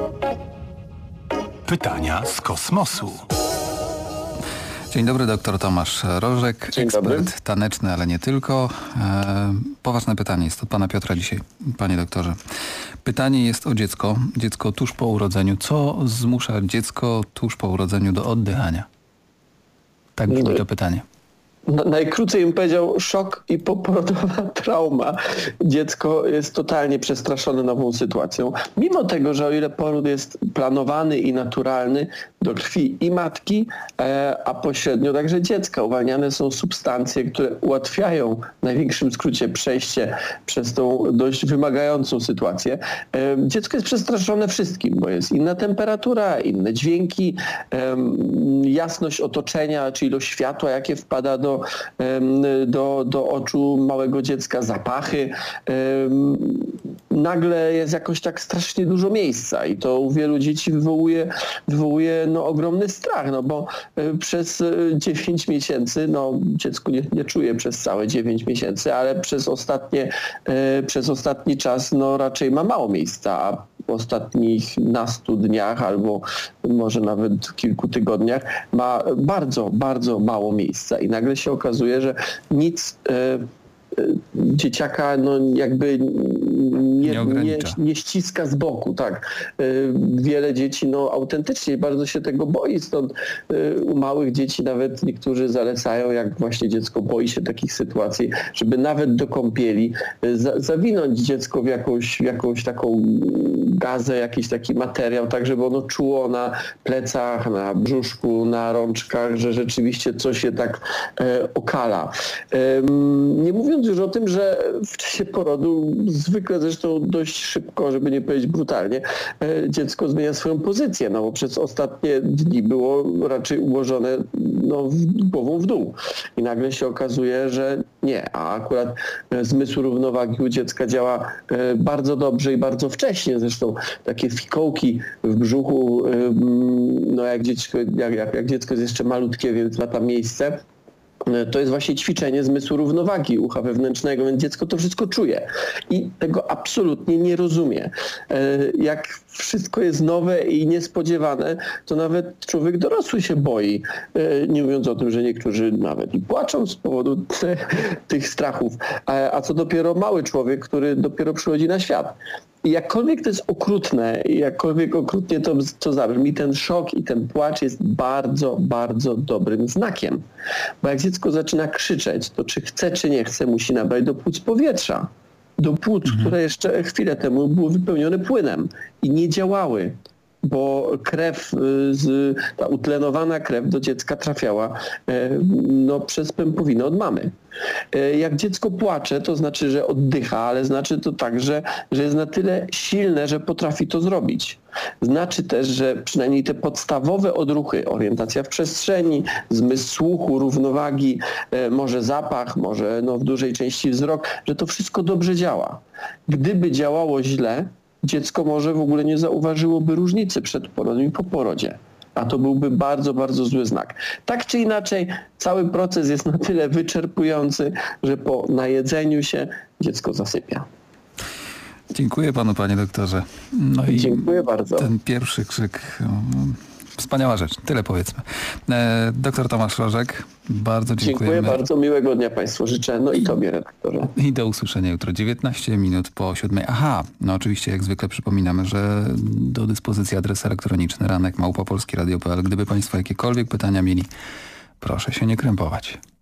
Pytania z kosmosu. Dzień dobry, doktor Tomasz Rożek, Dzień ekspert dobry. taneczny, ale nie tylko. Poważne pytanie jest od pana Piotra dzisiaj, panie doktorze. Pytanie jest o dziecko. Dziecko tuż po urodzeniu. Co zmusza dziecko tuż po urodzeniu do oddychania? Tak brzmi to pytanie. Najkrócej bym powiedział szok i poporodowa trauma. Dziecko jest totalnie przestraszone nową sytuacją. Mimo tego, że o ile poród jest planowany i naturalny, do krwi i matki, a pośrednio także dziecka uwalniane są substancje, które ułatwiają w największym skrócie przejście przez tą dość wymagającą sytuację. Dziecko jest przestraszone wszystkim, bo jest inna temperatura, inne dźwięki, jasność otoczenia, czy ilość światła, jakie wpada do oczu małego dziecka, zapachy. Nagle jest jakoś tak strasznie dużo miejsca i to u wielu dzieci wywołuje ogromny strach, bo przez 9 miesięcy, dziecko nie czuje przez całe 9 miesięcy, ale przez ostatni czas raczej ma mało miejsca, a w ostatnich nastu dniach albo może nawet kilku tygodniach ma bardzo, bardzo mało miejsca i nagle się okazuje, że nic dzieciaka jakby nie ściska z boku. Tak. Wiele dzieci autentycznie bardzo się tego boi, stąd u małych dzieci nawet niektórzy zalecają, jak właśnie dziecko boi się takich sytuacji, żeby nawet do kąpieli zawinąć dziecko w jakąś taką gazę, jakiś taki materiał, tak żeby ono czuło na plecach, na brzuszku, na rączkach, że rzeczywiście coś je tak okala. Nie mówiąc już o tym, że w czasie porodu zwykle zresztą dość szybko, żeby nie powiedzieć brutalnie, dziecko zmienia swoją pozycję, bo przez ostatnie dni było raczej ułożone głową w dół. I nagle się okazuje, że nie, a akurat zmysł równowagi u dziecka działa bardzo dobrze i bardzo wcześnie. Zresztą takie fikołki w brzuchu, jak dziecko jest jeszcze malutkie, więc ma tam miejsce, to jest właśnie ćwiczenie zmysłu równowagi ucha wewnętrznego, więc dziecko to wszystko czuje i tego absolutnie nie rozumie. Jak wszystko jest nowe i niespodziewane, to nawet człowiek dorosły się boi, nie mówiąc o tym, że niektórzy nawet i płaczą z powodu tych strachów, a co dopiero mały człowiek, który dopiero przychodzi na świat. I jakkolwiek to jest okrutne, i jakkolwiek okrutnie to zabrzmi, ten szok i ten płacz jest bardzo, bardzo dobrym znakiem. Bo jak dziecko zaczyna krzyczeć, to czy chce, czy nie chce, musi nabrać do płuc powietrza. Do płuc, które jeszcze chwilę temu były wypełnione płynem i nie działały, bo ta utlenowana krew do dziecka trafiała przez pępowinę od mamy. Jak dziecko płacze, to znaczy, że oddycha, ale znaczy to także, że jest na tyle silne, że potrafi to zrobić. Znaczy też, że przynajmniej te podstawowe odruchy, orientacja w przestrzeni, zmysł słuchu, równowagi, może zapach, może w dużej części wzrok, że to wszystko dobrze działa. Gdyby działało źle, dziecko może w ogóle nie zauważyłoby różnicy przed porodem i po porodzie. A to byłby bardzo, bardzo zły znak. Tak czy inaczej, cały proces jest na tyle wyczerpujący, że po najedzeniu się dziecko zasypia. Dziękuję panu, panie doktorze. Dziękuję bardzo. Ten pierwszy krzyk, wspaniała rzecz, tyle powiedzmy. Doktor Tomasz Rożek, bardzo dziękujemy. Dziękuję bardzo, miłego dnia państwu życzę, i tobie, redaktorze. I do usłyszenia jutro, 19 minut po 7. Aha, oczywiście jak zwykle przypominamy, że do dyspozycji adres elektroniczny ranek@polskieradio.pl. Gdyby państwo jakiekolwiek pytania mieli, proszę się nie krępować.